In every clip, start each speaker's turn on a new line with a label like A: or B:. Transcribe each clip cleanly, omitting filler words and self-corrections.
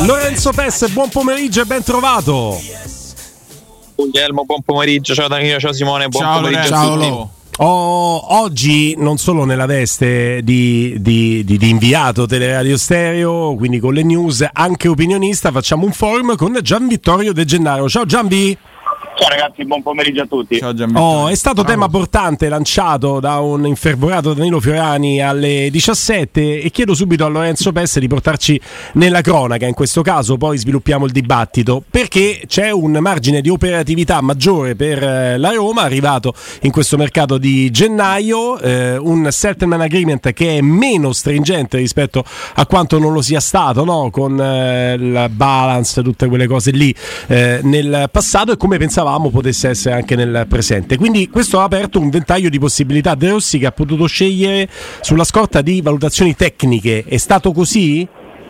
A: Lorenzo Pes, buon pomeriggio e ben trovato.
B: Guglielmo, buon pomeriggio. Ciao Danilo, ciao Simone, buon pomeriggio.
A: Ciao. Oggi non solo nella veste di inviato Teleradio Stereo, quindi con le news, anche opinionista, facciamo un forum con Gian Vittorio De Gennaro. Ciao Gianvi.
C: Ciao ragazzi, buon pomeriggio a tutti.
A: Ciao, è stato tema portante lanciato da un infervorato Danilo Fiorani alle 17 e chiedo subito a Lorenzo Pes di portarci nella cronaca, in questo caso poi sviluppiamo il dibattito, perché c'è un margine di operatività maggiore per la Roma arrivato in questo mercato di gennaio, un settlement agreement che è meno stringente rispetto a quanto non lo sia stato, no? Con il balance, tutte quelle cose lì nel passato, e come pensavamo potesse essere anche nel presente. Quindi questo ha aperto un ventaglio di possibilità. De Rossi che ha potuto scegliere sulla scorta di valutazioni tecniche. È stato così?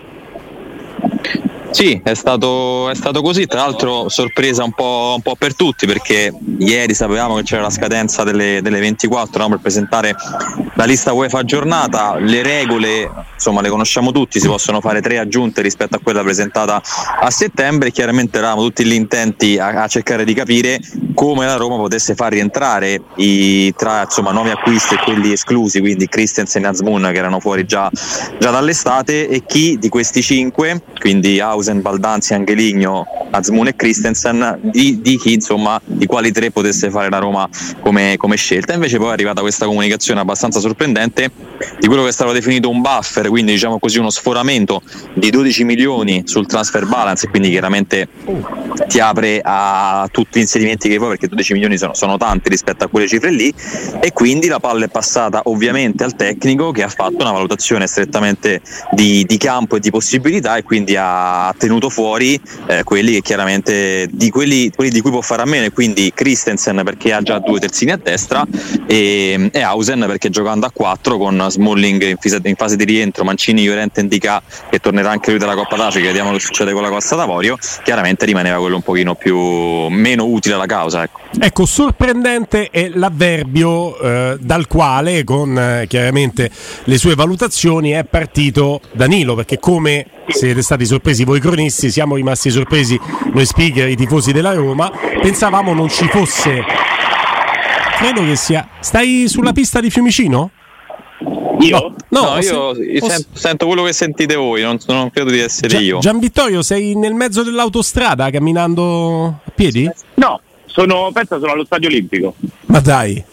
B: Sì, è stato così, tra l'altro sorpresa un po' per tutti, perché ieri sapevamo che c'era la scadenza delle 24, no, per presentare la lista UEFA aggiornata. Le regole, insomma, le conosciamo tutti, si possono fare 3 aggiunte rispetto a quella presentata a settembre, e chiaramente eravamo tutti lì intenti a cercare di capire come la Roma potesse far rientrare tra nuovi acquisti e quelli esclusi, quindi Christensen e Azmoun, che erano fuori già dall'estate, e chi di questi 5, quindi Hausen, Baldanzi, Angeligno, Azmoun e Christensen, di chi, insomma, di quali 3 potesse fare la Roma come scelta. Invece poi è arrivata questa comunicazione abbastanza sorprendente di quello che è stato definito un buffer, quindi diciamo così uno sforamento di 12 milioni sul transfer balance, e quindi chiaramente ti apre a tutti gli inserimenti che vuoi, perché 12 milioni sono tanti rispetto a quelle cifre lì, e quindi la palla è passata ovviamente al tecnico, che ha fatto una valutazione strettamente di campo e di possibilità, e quindi ha tenuto fuori quelli che chiaramente quelli di cui può fare a meno, e quindi Christensen perché ha già 2 terzini a destra, e Hausen perché giocando a 4 con Smalling in fase di rientro, Mancini, Llorente, Ndicà, che tornerà anche lui dalla Coppa d'Africa, vediamo che succede con la Costa d'Avorio, chiaramente rimaneva quello un pochino meno utile alla causa.
A: Ecco, sorprendente è l'avverbio dal quale, con chiaramente le sue valutazioni, è partito Danilo, perché come siete stati sorpresi voi cronisti, siamo rimasti sorpresi noi speaker, i tifosi della Roma. Pensavamo non ci fosse, credo che sia, stai sulla pista di Fiumicino?
B: Io? No, io sento quello che sentite voi, non credo di essere io.
A: Gian Vittorio, sei nel mezzo dell'autostrada camminando a piedi?
C: No, sono allo Stadio Olimpico.
A: Ma dai.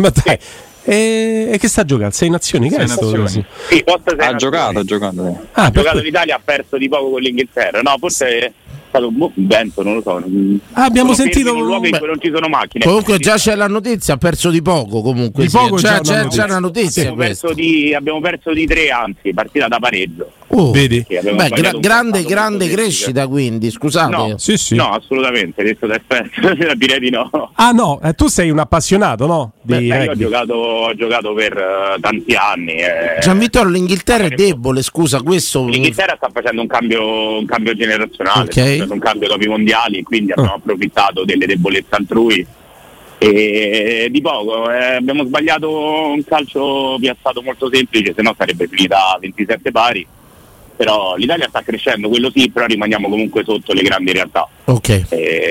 A: E che sta giocando? 6 nazioni? Che è stato così?
C: Sì,
B: ha giocato.
C: Ha giocato l'Italia, ha perso di poco con l'Inghilterra. No, forse è stato un vento, non lo so.
A: Abbiamo sentito
C: un luogo in cui non ci sono macchine.
D: Comunque già c'è la notizia, ha perso di poco comunque.
A: Di poco
D: c'è una notizia.
C: Abbiamo perso di 3, anzi, partita da pareggio.
A: Vedi?
D: Grande crescita, quindi, scusate.
C: No,
A: sì.
C: No, assolutamente, detto da esperto, direi di no.
A: Ah no, tu sei un appassionato, no?
C: Io ho giocato per tanti anni.
D: Gian Vittorio, l'Inghilterra è debole, scusa, questo.
C: L'Inghilterra sta facendo un cambio generazionale, sta facendo un cambio dopo i mondiali, quindi abbiamo approfittato delle debolezze altrui. E di poco abbiamo sbagliato un calcio piazzato molto semplice, se no sarebbe finita a 27 pari. Però l'Italia sta crescendo, quello sì, però rimaniamo comunque sotto le grandi realtà.
D: Ok.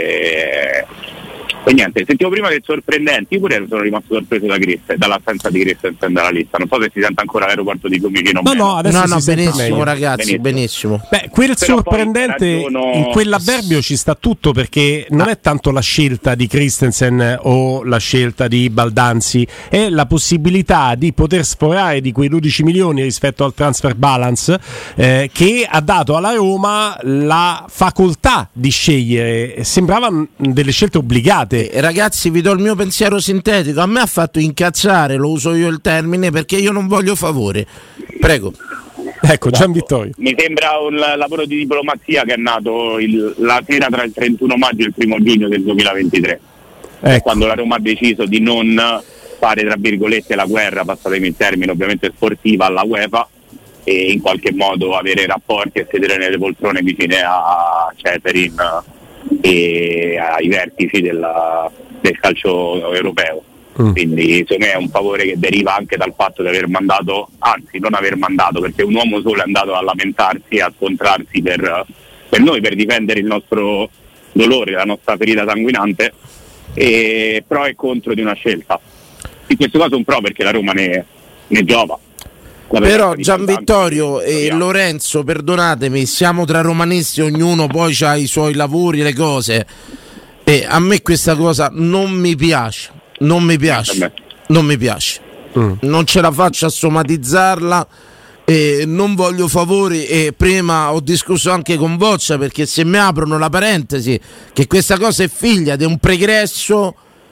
C: E niente, sentivo prima che sorprendenti, io pure sono rimasto sorpreso dall'assenza di Christensen dalla lista. Non so se si sente ancora l'aeroporto di Fiumicino.
A: No, adesso
D: benissimo ragazzi, benissimo.
A: Beh, quel sorprendente in quell'avverbio ci sta tutto, perché non è tanto la scelta di Christensen o la scelta di Baldanzi, è la possibilità di poter sforare di quei 12 milioni rispetto al transfer balance, che ha dato alla Roma la facoltà di scegliere. Sembravano delle scelte obbligate.
D: Ragazzi, vi do il mio pensiero sintetico. A me ha fatto incazzare, lo uso io il termine, perché io non voglio favore. Prego.
A: Ecco, Gian Vittorio.
C: Mi sembra un lavoro di diplomazia che è nato la sera tra il 31 maggio e il 1 giugno del 2023.
A: Ecco.
C: Quando la Roma ha deciso di non fare, tra virgolette, la guerra, passatemi il termine, ovviamente sportiva, alla UEFA, e in qualche modo avere rapporti e sedere nelle poltrone vicine a Ceferin e ai vertici del calcio europeo. Quindi secondo me è un favore che deriva anche dal fatto di aver mandato, anzi non aver mandato, perché un uomo solo è andato a lamentarsi e a scontrarsi per per noi, per difendere il nostro dolore, la nostra ferita sanguinante, e pro e contro di una scelta. In questo caso un pro perché la Roma ne giova.
D: Però Gian Vittorio e Lorenzo, perdonatemi, siamo tra romanisti, ognuno poi ha i suoi lavori, le cose, e a me questa cosa non mi piace, non mi piace. Non ce la faccio a somatizzarla, non voglio favori, e prima ho discusso anche con Boccia, perché se mi aprono la parentesi che questa cosa è figlia di un pregresso,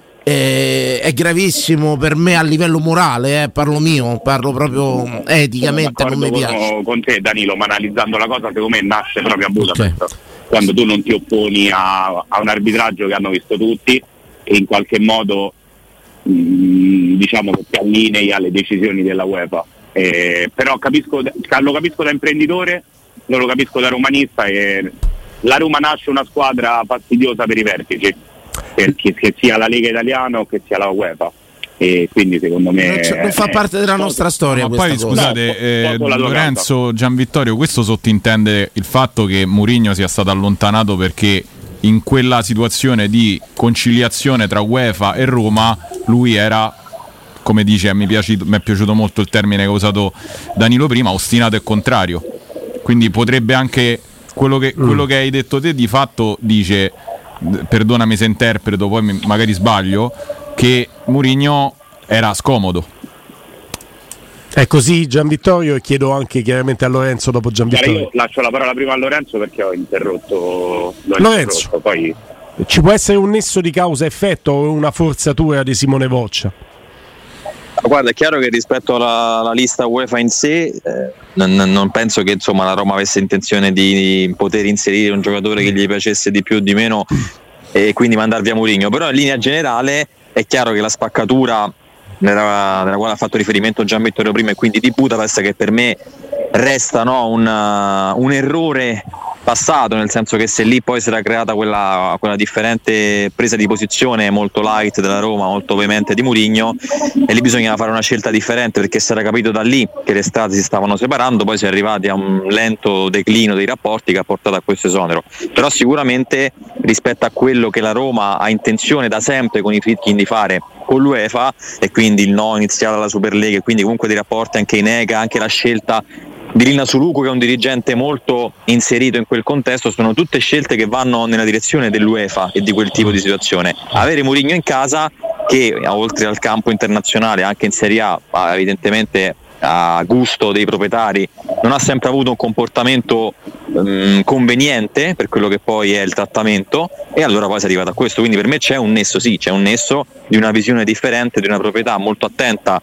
D: è gravissimo per me a livello morale, parlo proprio eticamente, non mi piace.
C: Con te Danilo, ma analizzando la cosa secondo me nasce proprio a Budapest, quando tu non ti opponi a un arbitraggio che hanno visto tutti e in qualche modo diciamo che ti allinei alle decisioni della UEFA, però lo capisco da imprenditore, non lo capisco da romanista, e la Roma nasce una squadra fastidiosa per i vertici, che sia la Lega Italiana o che sia la UEFA, e quindi secondo me
D: non fa parte della nostra storia.
E: Ma poi scusate, Lorenzo, Gian Vittorio, questo sottintende il fatto che Mourinho sia stato allontanato perché in quella situazione di conciliazione tra UEFA e Roma lui era, come dice, mi è piaciuto molto il termine che ha usato Danilo prima, ostinato e contrario. Quindi potrebbe anche quello che hai detto te di fatto dice, perdonami se interpreto, poi magari sbaglio, che Mourinho era scomodo.
A: È così, Gian Vittorio, e chiedo anche chiaramente a Lorenzo dopo Gian Vittorio.
C: Io lascio la parola prima a Lorenzo perché ho interrotto.
A: Lorenzo,
C: poi
A: ci può essere un nesso di causa-effetto o una forzatura di Simone Voccia?
B: Guarda, è chiaro che rispetto alla lista UEFA in sé non penso che insomma la Roma avesse intenzione di poter inserire un giocatore che gli piacesse di più o di meno e quindi mandar via Mourinho, però in linea generale è chiaro che la spaccatura nella quale ha fatto riferimento Gian Vittorio prima, e quindi di Budapest, che per me resta un errore passato, nel senso che se lì poi si era creata quella differente presa di posizione molto light della Roma, molto veemente di Mourinho, e lì bisognava fare una scelta differente, perché si era capito da lì che le strade si stavano separando, poi si è arrivati a un lento declino dei rapporti che ha portato a questo esonero. Però sicuramente rispetto a quello che la Roma ha intenzione da sempre con i Friedkin di fare con l'UEFA, e quindi il no iniziale alla Superlega, e quindi comunque dei rapporti anche in EGA, anche la scelta di Lina Suluku, che è un dirigente molto inserito in quel contesto, sono tutte scelte che vanno nella direzione dell'UEFA e di quel tipo di situazione. Avere Mourinho in casa, che oltre al campo internazionale anche in Serie A evidentemente a gusto dei proprietari non ha sempre avuto un comportamento conveniente per quello che poi è il trattamento, e allora poi si è arrivato a questo. Quindi per me c'è un nesso di una visione differente, di una proprietà molto attenta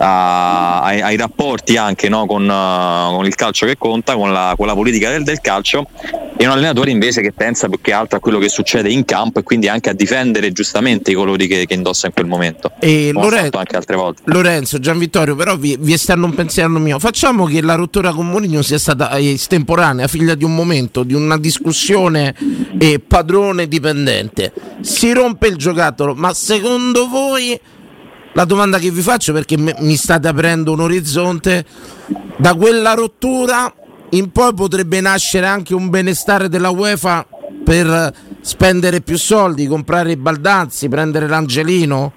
B: ai rapporti anche, no, con il calcio che conta, con la politica del calcio, e un allenatore invece che pensa più che altro a quello che succede in campo e quindi anche a difendere giustamente i colori che indossa in quel momento, e anche altre volte.
D: Lorenzo, Gian Vittorio, però vi esterno un pensiero mio. Facciamo che la rottura con Mourinho sia stata estemporanea, figlia di un momento, di una discussione padrone dipendente. Si rompe il giocattolo, ma secondo voi, la domanda che vi faccio, perché mi state aprendo un orizzonte, da quella rottura in poi potrebbe nascere anche un benestare della UEFA per spendere più soldi, comprare i Baldazzi, prendere l'Angelino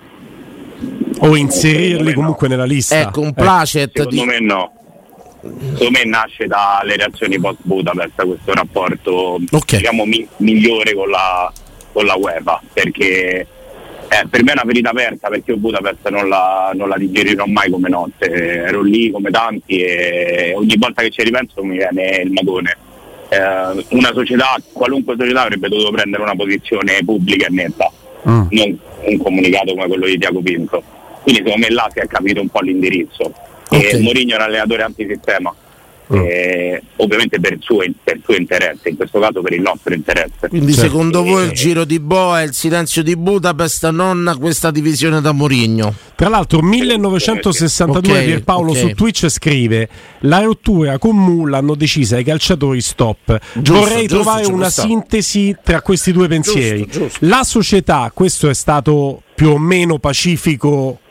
A: o inserirli comunque nella lista?
D: Ecco, un placet.
C: Secondo me no. Secondo me nasce dalle reazioni post Budapest questo rapporto, diciamo, migliore con la UEFA, perché per me è una ferita aperta, perché io Budapest non la digerirò mai come notte, ero lì come tanti e ogni volta che ci ripenso mi viene il magone. Una società, qualunque società, avrebbe dovuto prendere una posizione pubblica e netta, non un comunicato come quello di Tiago Pinto. Quindi secondo me là si è capito un po' l'indirizzo. E Mourinho è un allenatore antisistema, ovviamente per il suo interesse, in questo caso per il nostro interesse.
D: Quindi secondo voi il giro di boa e il silenzio di Budapest, non questa divisione da Mourinho?
A: Tra l'altro 1962 Pierpaolo su Twitch scrive: la rottura con Mu l'hanno decisa i calciatori, stop. Vorrei trovare una sintesi tra questi due pensieri. Giusto. La società, questo è stato più o meno pacifico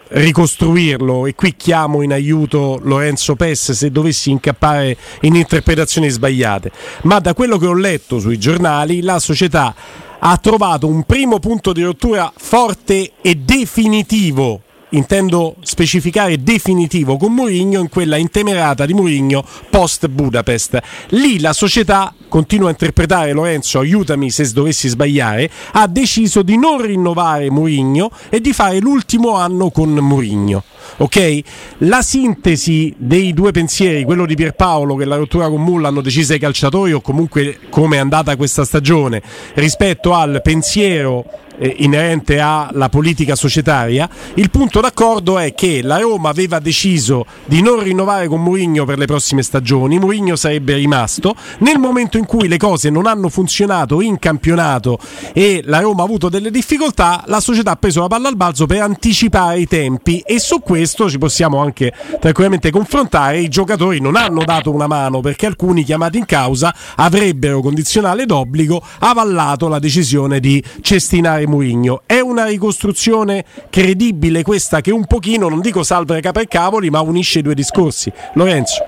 A: ricostruirlo, e qui chiamo in aiuto Lorenzo Pes se dovessi incappare in interpretazioni sbagliate, ma da quello che ho letto sui giornali la società ha trovato un primo punto di rottura forte e definitivo, intendo specificare definitivo, con Mourinho in quella intemerata di Mourinho post Budapest. Lì la società, continuo a interpretare Lorenzo, aiutami se dovessi sbagliare, ha deciso di non rinnovare Mourinho e di fare l'ultimo anno con Mourinho. Ok? La sintesi dei due pensieri, quello di Pierpaolo che la rottura con Mulla hanno deciso i calciatori, o comunque come è andata questa stagione, rispetto al pensiero inerente alla politica societaria, il punto d'accordo è che la Roma aveva deciso di non rinnovare con Mourinho per le prossime stagioni, Mourinho sarebbe rimasto. Nel momento in cui le cose non hanno funzionato in campionato e la Roma ha avuto delle difficoltà, la società ha preso la palla al balzo per anticipare i tempi, e su questo ci possiamo anche tranquillamente confrontare. I giocatori non hanno dato una mano perché alcuni chiamati in causa avrebbero, condizionale d'obbligo, avallato la decisione di cestinare Mourinho. È una ricostruzione credibile questa, che un pochino, non dico salva le capre e cavoli, ma unisce i due discorsi. Lorenzo?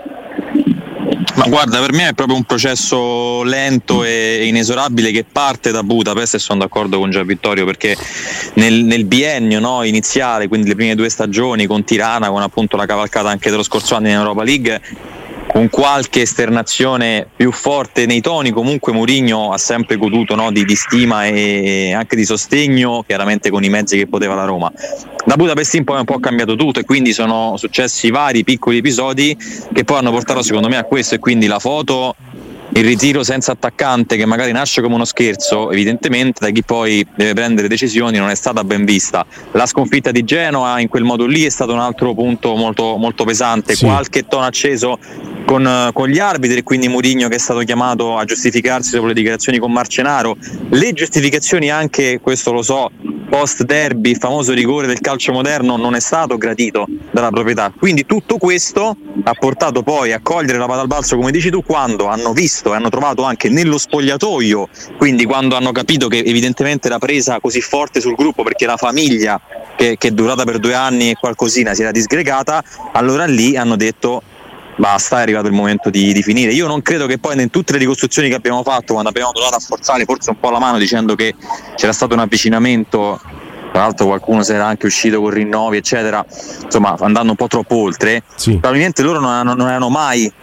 B: Ma guarda, per me è proprio un processo lento e inesorabile che parte da Budapest, e sono d'accordo con Gianvittorio, perché nel biennio, no, iniziale, quindi le prime 2 stagioni con Tirana, con appunto la cavalcata anche dello scorso anno in Europa League, con qualche esternazione più forte nei toni, comunque Mourinho ha sempre goduto, no, di stima e anche di sostegno, chiaramente con i mezzi che poteva la Roma. Da Budapest in poi è un po' cambiato tutto, e quindi sono successi vari piccoli episodi che poi hanno portato secondo me a questo, e quindi la foto, il ritiro senza attaccante, che magari nasce come uno scherzo, evidentemente da chi poi deve prendere decisioni non è stata ben vista. La sconfitta di Genoa in quel modo lì è stato un altro punto molto, molto pesante, sì. Qualche tono acceso con gli arbitri, e quindi Mourinho che è stato chiamato a giustificarsi dopo le dichiarazioni con Marcenaro, le giustificazioni anche, questo lo so, post derby, il famoso rigore del calcio moderno non è stato gradito dalla proprietà. Quindi tutto questo ha portato poi a cogliere la palla al balzo, come dici tu, quando hanno visto e hanno trovato anche nello spogliatoio, quindi quando hanno capito che evidentemente la presa così forte sul gruppo, perché la famiglia che è durata per 2 anni e qualcosina si era disgregata, allora lì hanno detto basta, è arrivato il momento di finire. Io non credo che poi in tutte le ricostruzioni che abbiamo fatto, quando abbiamo provato a forzare forse un po' la mano dicendo che c'era stato un avvicinamento, tra l'altro qualcuno si era anche uscito con rinnovi eccetera, insomma andando un po' troppo oltre, sì. Probabilmente loro non hanno mai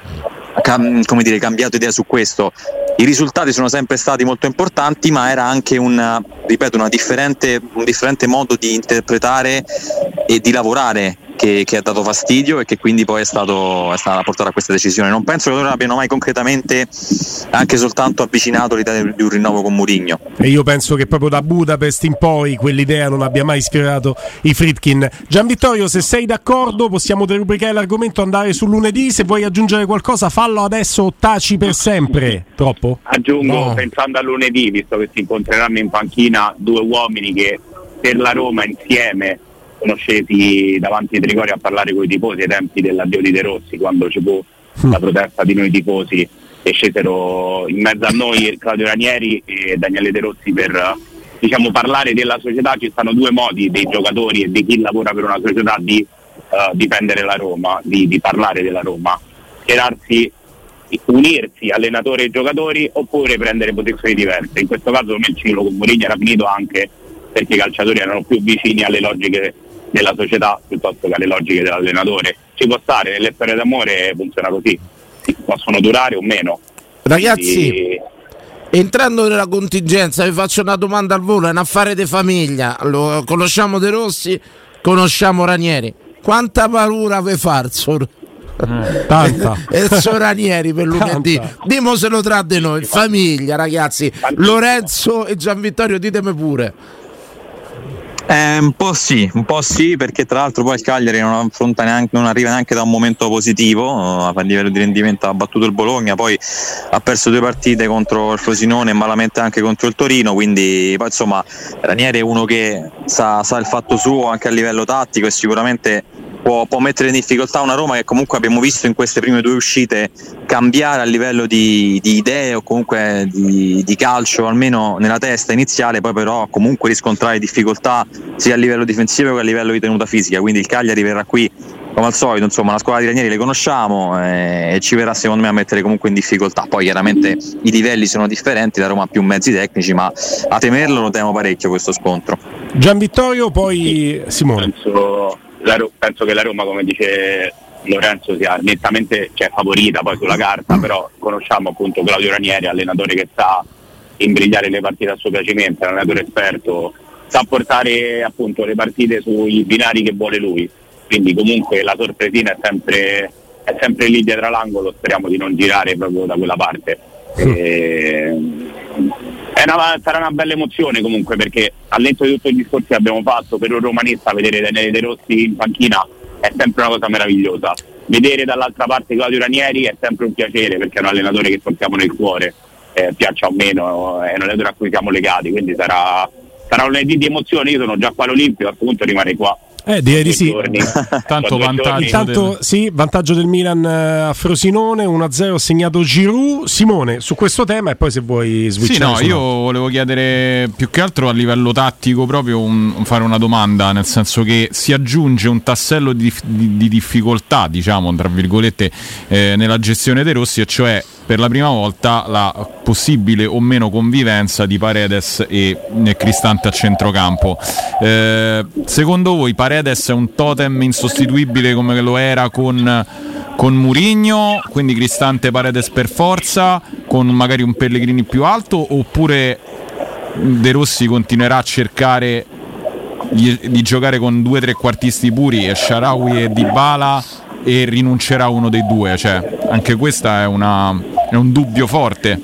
B: cambiato idea su questo. I risultati sono sempre stati molto importanti, ma era anche un differente modo di interpretare e di lavorare che ha dato fastidio, e che quindi poi è stata portata a questa decisione. Non penso che loro abbiano mai concretamente anche soltanto avvicinato l'idea di un rinnovo con Mourinho.
A: E io penso che proprio da Budapest in poi quell'idea non abbia mai sfiorato i Friedkin. Gianvittorio, se sei d'accordo possiamo derubricare l'argomento, andare sul lunedì. Se vuoi aggiungere qualcosa fallo adesso o taci per sempre. Troppo?
C: Aggiungo, pensando al lunedì, visto che si incontreranno in panchina 2 uomini che per la Roma insieme conosceti davanti ai Trigoria a parlare con i tifosi ai tempi dell'addio di De Rossi, quando ci fu la protesta di noi tifosi e scesero in mezzo a noi Claudio Ranieri e Daniele De Rossi per parlare della società. Ci stanno 2 modi dei giocatori e di chi lavora per una società di difendere la Roma, di parlare della Roma: schierarsi, unirsi allenatore e giocatori, oppure prendere posizioni diverse. In questo caso il ciclo con Mourinho era finito anche perché i calciatori erano più vicini alle logiche della società piuttosto che alle logiche dell'allenatore. Ci può stare, nelle storie d'amore funziona così, possono durare o meno.
D: Ragazzi, entrando nella contingenza, vi faccio una domanda al volo, è un affare di famiglia. Allora, conosciamo De Rossi, conosciamo Ranieri, quanta paura vi fa
A: tanta
D: il suo Ranieri per lunedì? Dimoselo tra di noi, famiglia, ragazzi. Lorenzo e Gianvittorio, ditemi pure.
B: Un po' sì, perché tra l'altro poi il Cagliari non arriva neanche da un momento positivo a livello di rendimento. Ha battuto il Bologna, poi ha perso 2 partite contro il Frosinone e malamente anche contro il Torino, quindi poi insomma Ranieri è uno che sa il fatto suo anche a livello tattico, e sicuramente può mettere in difficoltà una Roma che comunque abbiamo visto in queste prime 2 uscite cambiare a livello di idee o comunque di calcio, almeno nella testa iniziale, poi però comunque riscontrare difficoltà sia a livello difensivo che a livello di tenuta fisica. Quindi il Cagliari verrà qui come al solito, insomma, la squadra di Ranieri le conosciamo e ci verrà secondo me a mettere comunque in difficoltà. Poi chiaramente i livelli sono differenti, la Roma ha più mezzi tecnici, ma a temerlo lo temo parecchio questo scontro.
A: Gian Vittorio, poi Simone.
C: Penso che la Roma, come dice Lorenzo, sia nettamente favorita poi sulla carta, però conosciamo appunto Claudio Ranieri, allenatore che sa imbrigliare le partite a suo piacimento, è un allenatore esperto, sa portare appunto le partite sui binari che vuole lui, quindi comunque la sorpresina è sempre lì dietro l'angolo, speriamo di non girare proprio da quella parte. Sarà una bella emozione comunque, perché all'interno di tutti i discorsi che abbiamo fatto, per un romanista vedere Daniele De Rossi in panchina è sempre una cosa meravigliosa, vedere dall'altra parte Claudio Ranieri è sempre un piacere, perché è un allenatore che portiamo nel cuore, piaccia o meno, è un allenatore a cui siamo legati, quindi sarà un lunedì di emozioni. Io sono già qua all'Olimpio, a questo punto rimane qua.
A: Direi di sì.
E: Tanto
A: vantaggio del Milan a Frosinone, 1-0 segnato Giroud. Simone, su questo tema, e poi se vuoi switchare.
E: Sì, no, io volevo chiedere più che altro a livello tattico proprio fare una domanda, nel senso che si aggiunge un tassello di difficoltà, diciamo, tra virgolette, nella gestione dei Rossi, e cioè per la prima volta la possibile o meno convivenza di Paredes e Cristante a centrocampo. Secondo voi Paredes è un totem insostituibile come lo era con Mourinho, quindi Cristante Paredes per forza, con magari un Pellegrini più alto, oppure De Rossi continuerà a cercare di giocare con 2 trequartisti puri, e Shaarawy e Dybala, e rinuncerà a uno dei due? Cioè, anche questa è un dubbio forte.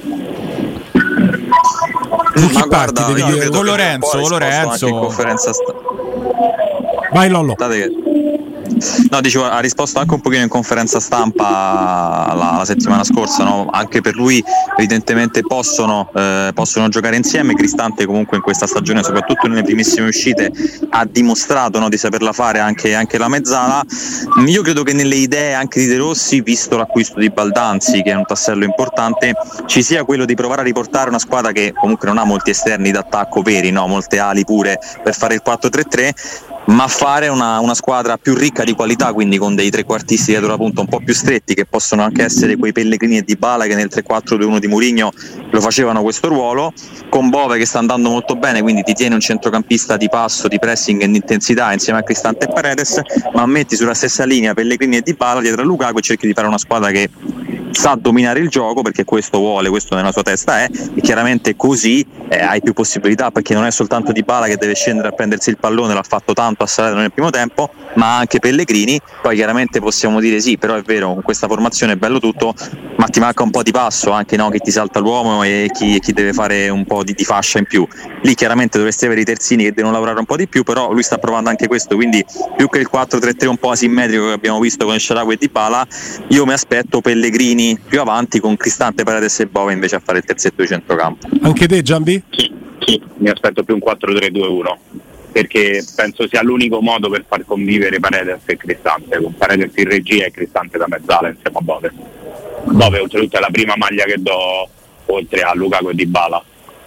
A: Ma guarda,
E: con Lorenzo
B: in conferenza
A: vai Lollo.
B: No, dicevo, ha risposto anche un pochino in conferenza stampa la settimana scorsa, no? Anche per lui evidentemente possono giocare insieme. Cristante comunque in questa stagione, soprattutto nelle primissime uscite, ha dimostrato, no, di saperla fare anche la mezzala. Io credo che nelle idee anche di De Rossi, visto l'acquisto di Baldanzi, che è un tassello importante, ci sia quello di provare a riportare una squadra che comunque non ha molti esterni d'attacco veri, no? Molte ali pure per fare il 4-3-3, ma fare una squadra più ricca di qualità, quindi con dei trequartisti dietro la punta un po' più stretti, che possono anche essere quei Pellegrini e Dybala che nel 3-4-2-1 di Mourinho lo facevano questo ruolo, con Bove che sta andando molto bene, quindi ti tiene un centrocampista di passo, di pressing e di intensità insieme a Cristante e Paredes, ma metti sulla stessa linea Pellegrini e Dybala dietro a Lukaku e cerchi di fare una squadra che sa dominare il gioco, perché questo vuole, questo nella sua testa è, e chiaramente così hai più possibilità, perché non è soltanto Dybala che deve scendere a prendersi il pallone, l'ha fatto tanto a Salerno nel primo tempo, ma anche Pellegrini. Poi chiaramente possiamo dire sì, però è vero, con questa formazione è bello tutto, ma ti manca un po' di passo anche, no? Chi ti salta l'uomo e chi deve fare un po' di fascia in più. Lì chiaramente dovresti avere i terzini che devono lavorare un po' di più, però lui sta provando anche questo, quindi più che il 4-3-3 un po' asimmetrico che abbiamo visto con Shaarawy e Dybala, io mi aspetto Pellegrini più avanti con Cristante, Paredes e Bove invece a fare il terzetto di centrocampo.
A: Anche te, Gianbi?
C: Sì, mi aspetto più un 4-3-2-1, perché penso sia l'unico modo per far convivere Paredes e Cristante, con Paredes in regia e Cristante da mezzala insieme a Bove. Bove oltretutto è la prima maglia che do oltre a Lukaku e Dybala.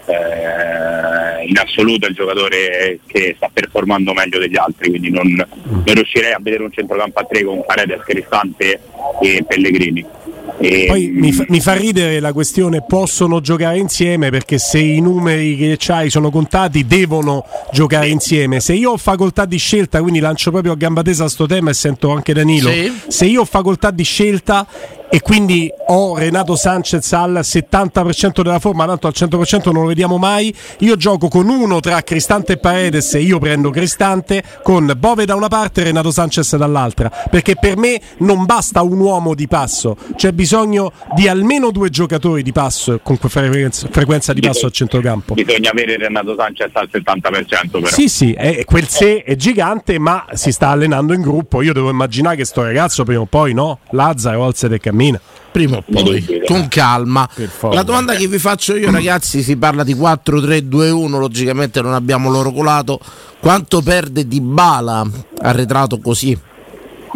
C: In assoluto è il giocatore che sta performando meglio degli altri, quindi non riuscirei a vedere un centrocampo a 3 con Paredes, Cristante e Pellegrini.
A: Poi mi fa ridere la questione possono giocare insieme, perché se i numeri che c'hai sono contati devono giocare insieme. Se io ho facoltà di scelta, quindi lancio proprio a gamba tesa a sto tema e sento anche Danilo, sì. Se io ho facoltà di scelta e quindi ho Renato Sanchez al 70% della forma, tanto al 100% non lo vediamo mai, io gioco con uno tra Cristante e Paredes e io prendo Cristante, con Bove da una parte e Renato Sanchez dall'altra, perché per me non basta un uomo di passo, c'è bisogno di almeno 2 giocatori di passo con frequenza di passo al centrocampo.
C: Bisogna avere Renato Sanchez al 70% però.
A: Sì, quel se è gigante, ma si sta allenando in gruppo. Io devo immaginare che sto ragazzo prima o poi, no? Lazzaro alza e cammina.
D: Prima o poi, con calma. La domanda che vi faccio io, ragazzi, si parla di 4-3-2-1, logicamente non abbiamo l'oro colato. Quanto perde Dybala arretrato così?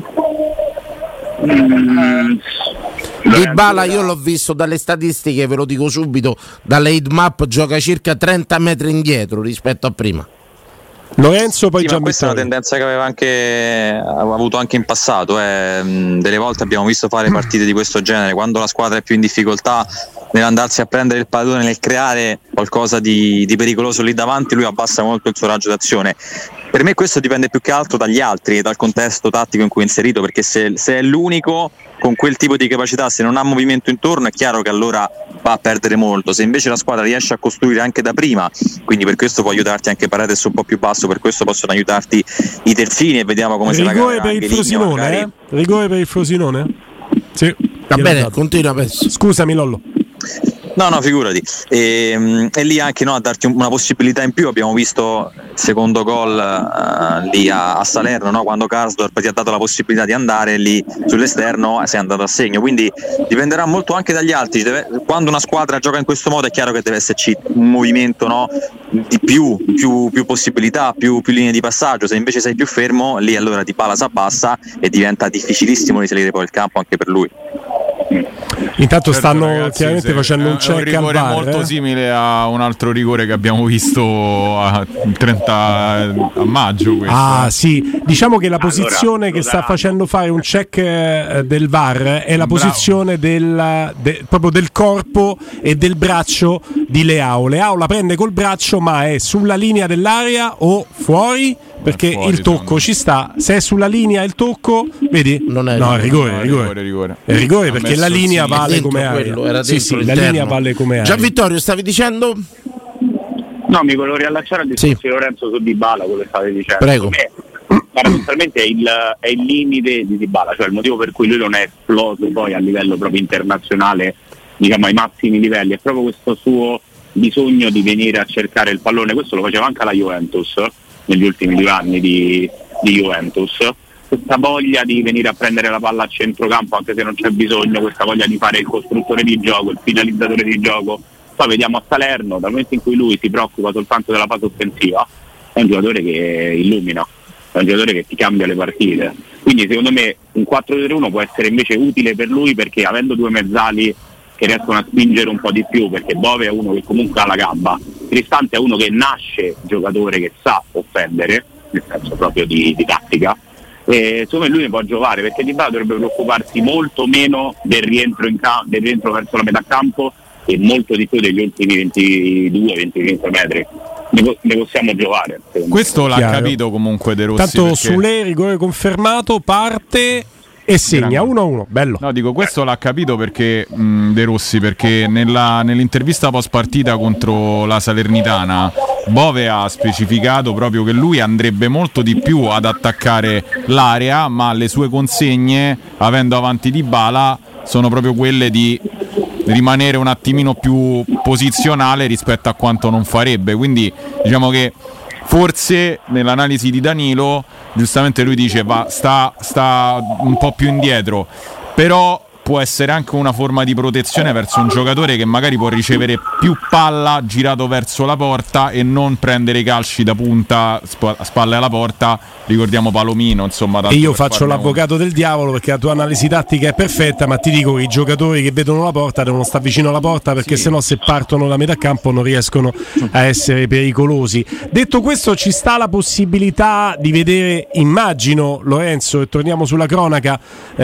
D: Dybala io l'ho visto dalle statistiche, ve lo dico subito, dalle heatmap gioca circa 30 metri indietro rispetto a prima.
A: Lorenzo, poi già
B: questa è una tendenza che aveva avuto anche in passato. Delle volte abbiamo visto fare partite di questo genere quando la squadra è più in difficoltà nell'andarsi a prendere il pallone, nel creare qualcosa di pericoloso lì davanti, lui abbassa molto il suo raggio d'azione. Per me questo dipende più che altro dagli altri e dal contesto tattico in cui è inserito, perché se è l'unico con quel tipo di capacità, se non ha movimento intorno, è chiaro che allora va a perdere molto. Se invece la squadra riesce a costruire anche da prima, quindi per questo può aiutarti anche Paredes un po' più basso, per questo possono aiutarti i terzini, e vediamo come se la
A: rigore per il Frosinone, rigore per il Frosinone? Sì.
D: Va bene, continua penso.
A: Scusami Lollo.
B: No, figurati. E lì anche a darti una possibilità in più. Abbiamo visto il secondo gol lì a Salerno, no? Quando Karsdorp ti ha dato la possibilità di andare lì sull'esterno, sei andato a segno. Quindi dipenderà molto anche dagli altri. Quando una squadra gioca in questo modo è chiaro che deve esserci un movimento, no? Di più possibilità, più linee di passaggio. Se invece sei più fermo, lì allora Dybala si abbassa e diventa difficilissimo risalire poi il campo anche per lui.
A: Intanto stanno ragazzi, chiaramente facendo un check
E: al rigore
A: al VAR,
E: molto simile a un altro rigore che abbiamo visto a 30 a maggio. Questo.
A: Sì, diciamo che la posizione che sta facendo fare un check del VAR è la posizione proprio del corpo e del braccio di Leao. Leao la prende col braccio, ma è sulla linea dell'area o fuori? Perché fuori, il tocco ci sta. Se è sulla linea il tocco, vedi?
D: Non è
A: rigore. È rigore perché la linea vale come area. Sì, la linea vale come area.
D: Già Vittorio, stavi dicendo?
C: No, mi volevo riallacciare al discorso di Lorenzo su Dybala, quello che stavi dicendo.
D: Prego.
C: Paradossalmente è il limite di Dybala, cioè il motivo per cui lui non è esploso poi a livello proprio internazionale, diciamo ai massimi livelli, è proprio questo suo bisogno di venire a cercare il pallone. Questo lo faceva anche la Juventus negli ultimi 2 anni di Juventus, questa voglia di venire a prendere la palla a centrocampo anche se non c'è bisogno, questa voglia di fare il costruttore di gioco, il finalizzatore di gioco. Poi vediamo a Salerno, dal momento in cui lui si preoccupa soltanto della fase offensiva, è un giocatore che illumina, è un giocatore che ti cambia le partite. Quindi secondo me un 4-3-1 può essere invece utile per lui, perché avendo 2 mezzali che riescono a spingere un po' di più, perché Bove è uno che comunque ha la gamba, Cristante è uno che nasce giocatore che sa offendere, nel senso proprio di tattica, e secondo me lui ne può giocare, perché Dybala dovrebbe preoccuparsi molto meno del rientro verso la metà campo e molto di più degli ultimi 22-25 metri. Ne possiamo giocare.
E: Questo l'ha capito comunque De Rossi.
A: Tanto
E: perché...
A: Sule, rigore confermato, parte e segna 1-1. Bello.
E: No, dico, questo l'ha capito perché De Rossi, perché nell'intervista post partita contro la Salernitana Bove ha specificato proprio che lui andrebbe molto di più ad attaccare l'area, ma le sue consegne, avendo avanti Dybala, sono proprio quelle di rimanere un attimino più posizionale rispetto a quanto non farebbe. Quindi diciamo che forse nell'analisi di Danilo giustamente lui dice sta un po' più indietro, però può essere anche una forma di protezione verso un giocatore che magari può ricevere più palla girato verso la porta e non prendere i calci da punta a spalle alla porta. Ricordiamo Palomino, insomma.
A: E io faccio l'avvocato del diavolo, perché la tua analisi tattica è perfetta, ma ti dico che i giocatori che vedono la porta devono stare vicino alla porta, perché sennò se partono da metà campo non riescono a essere pericolosi. Detto questo, ci sta la possibilità di vedere, immagino, Lorenzo, e torniamo sulla cronaca,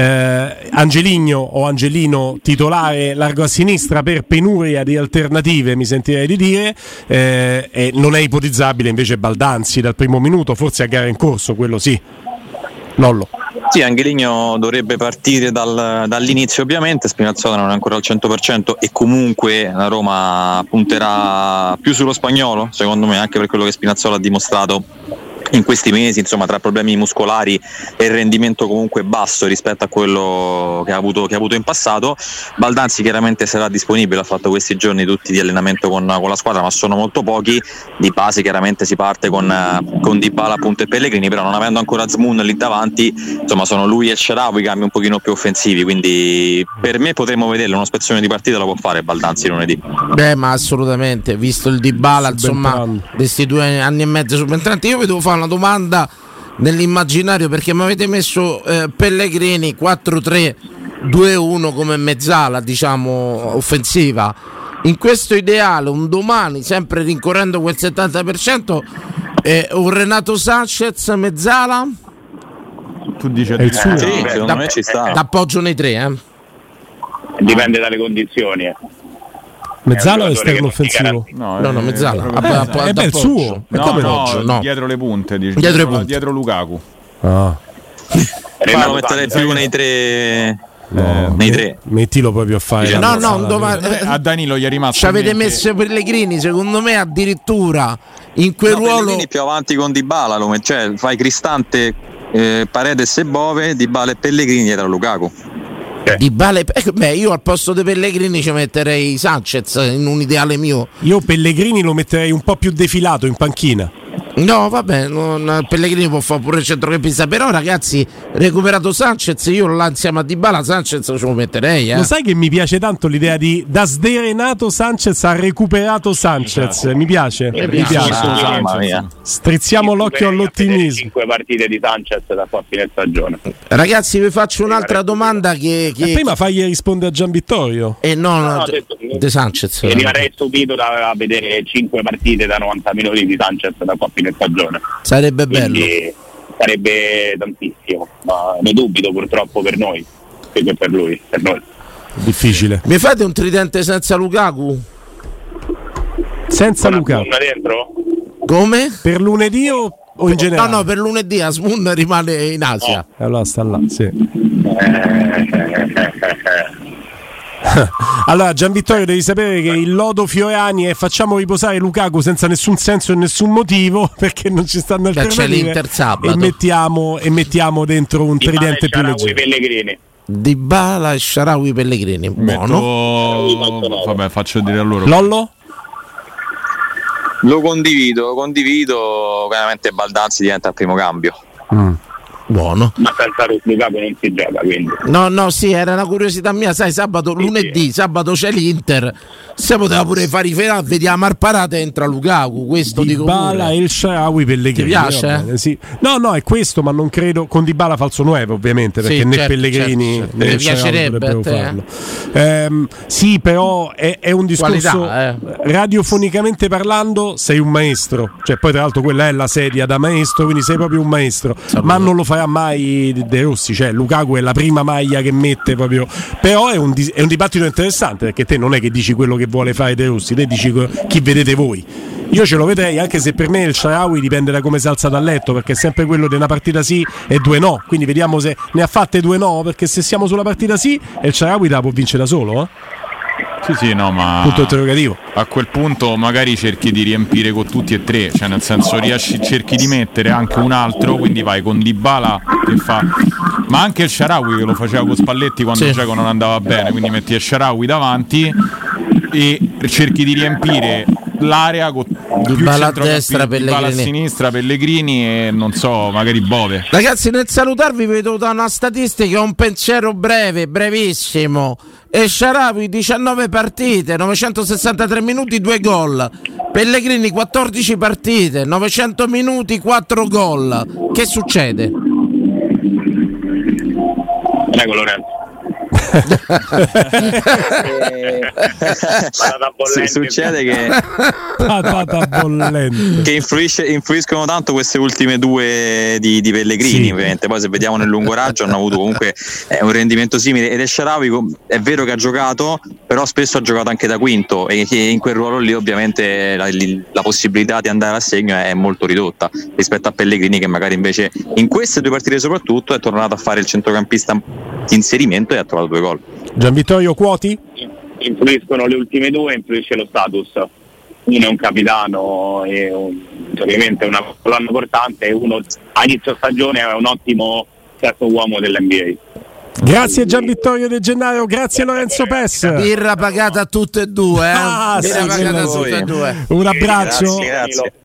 A: Angelino titolare largo a sinistra per penuria di alternative, mi sentirei di dire, e non è ipotizzabile invece Baldanzi dal primo minuto, forse a gara in corso, quello sì. Lollo.
B: Sì, Angeligno dovrebbe partire dall'inizio ovviamente, Spinazzola non è ancora al 100% e comunque la Roma punterà più sullo spagnolo, secondo me, anche per quello che Spinazzola ha dimostrato in questi mesi, insomma, tra problemi muscolari e il rendimento comunque basso rispetto a quello che ha avuto in passato. Baldanzi chiaramente sarà disponibile, ha fatto questi giorni tutti di allenamento con la squadra, ma sono molto pochi. Di base chiaramente si parte con Dybala, appunto, e Pellegrini, però non avendo ancora Zmoun lì davanti, insomma sono lui e Shaarawy i cambi un pochino più offensivi, quindi per me potremmo vederlo, una spezzone di partita lo può fare Baldanzi lunedì.
D: Beh, ma assolutamente, visto il Dybala, insomma, questi 2 anni e mezzo subentranti. Io vi devo fare una domanda nell'immaginario, perché mi avete messo Pellegrini 4-3-2-1 come mezzala, diciamo, offensiva. In questo ideale, un domani, sempre rincorrendo quel 70%, un Renato Sanchez mezzala?
E: Tu dici
A: è il suo?
B: Sì, secondo me ci sta.
D: D'appoggio nei tre,
C: Dipende dalle condizioni.
A: Mezzala o esterno offensivo?
D: No, mezzala.
A: È il suo.
E: No, dietro le punte, dietro Lukaku.
A: Ah.
B: Ma lo metterei più nei tre. Nei tre.
A: Mettilo proprio a fare.
E: A Danilo gli è rimasto.
D: Ci avete messo Pellegrini, secondo me addirittura in quel ruolo.
B: Pellegrini più avanti con Dybala, cioè fai Cristante, Paredes e Bove, Dybala e Pellegrini dietro a Lukaku.
D: Dybala, io al posto di Pellegrini ci metterei Sanchez in un ideale mio.
A: Io Pellegrini lo metterei un po' più defilato in panchina.
D: No, vabbè, Pellegrini può fare pure il centrocampista, però ragazzi, recuperato Sanchez, io insieme a Dybala Sanchez ce lo metterei.
A: Lo sai che mi piace tanto l'idea di da sderenato Sanchez a recuperato Sanchez, mi piace. Strizziamo l'occhio all'ottimismo.
C: 5 partite di Sanchez da qua a fine stagione.
D: Ragazzi, vi faccio un'altra domanda che
A: prima fagli rispondere a Gian Vittorio.
D: No, De Sanchez.
C: Rimarrei stupito da vedere 5 partite da 90 minuti di Sanchez da qua a fine stagione.
D: Sarebbe bello.
C: Sarebbe tantissimo, ma ne dubito purtroppo per noi, più che per lui, per noi.
A: Difficile.
D: Mi fate un tridente senza Lukaku?
A: Senza Lukaku.
C: Dentro?
D: Come?
A: Per lunedì o in generale?
D: No, per lunedì Asmun rimane in Asia.
A: Allora sta là, sì. Allora Gian Vittorio, devi sapere che il lodo Fiorani è facciamo riposare Lukaku senza nessun senso e nessun motivo, perché non ci stanno alternative, e mettiamo dentro un tridente più leggero.
C: Pellegrini.
D: Dybala e Shaarawy Pellegrini. Buono.
E: Vabbè, faccio dire a loro.
A: Lollo?
B: Lo condivido, chiaramente Baldazzi diventa il primo cambio.
D: Buono.
C: Ma senza Lukaku non si gioca, quindi.
D: No, sì, era una curiosità mia, sai, lunedì, sabato c'è l'Inter. Se poteva pure fare i ferati, vediamo al parata e entra Lukaku, questo dico pure.
A: Dybala e il Shaarawy Pellegrini.
D: Ti piace?
A: Sì. No, è questo, ma non credo con Dybala falso 9, ovviamente, perché né Pellegrini
D: certo.
A: né
D: Mi piacerebbe
A: farlo. Sì, però è un discorso radiofonicamente parlando, sei un maestro, cioè poi tra l'altro quella è la sedia da maestro, quindi sei proprio un maestro. Ma non lo farà mai De Rossi, cioè Lukaku è la prima maglia che mette proprio, però è un dibattito interessante, perché te non è che dici quello che vuole fare De Rossi, te dici chi vedete voi. Io ce lo vedrei, anche se per me il Shaarawy dipende da come si alza dal letto, perché è sempre quello di una partita sì e 2 no, quindi vediamo se ne ha fatte 2 no, perché se siamo sulla partita sì il Shaarawy la può vincere da solo,
E: Sì, no, ma
A: punto interrogativo.
E: A quel punto magari cerchi di riempire con tutti e tre, cioè nel senso cerchi di mettere anche un altro, quindi vai con Dybala che fa, ma anche il Shaarawy che lo faceva con Spalletti quando il gioco non andava bene, quindi metti il Shaarawy davanti e cerchi di riempire l'area con
D: Dybala a destra,
E: Dybala a sinistra, Pellegrini e non so, magari Bove.
D: Ragazzi, nel salutarvi vi vedo da una statistica, un pensiero brevissimo. E Shaarawy 19 partite, 963 minuti, 2 gol. Pellegrini 14 partite, 900 minuti, 4 gol. Che succede?
C: Prego Lorenzo.
B: Succede che influiscono tanto queste ultime 2 di Pellegrini, sì. Ovviamente poi se vediamo nel lungo raggio hanno avuto comunque un rendimento simile, ed Shaarawy è vero che ha giocato, però spesso ha giocato anche da quinto, e in quel ruolo lì ovviamente la possibilità di andare a segno è molto ridotta rispetto a Pellegrini, che magari invece in queste 2 partite soprattutto è tornato a fare il centrocampista di inserimento e ha trovato 2 gol.
A: Gian Vittorio, quoti?
C: Influiscono le ultime 2, influisce lo status. Uno è un capitano e ovviamente una colonna portante, e uno a inizio stagione è un ottimo terzo uomo dell'NBA.
A: Grazie Gian Vittorio De Gennaro, grazie Lorenzo Pes.
D: Birra pagata a tutte e due,
A: Un abbraccio.
B: Grazie.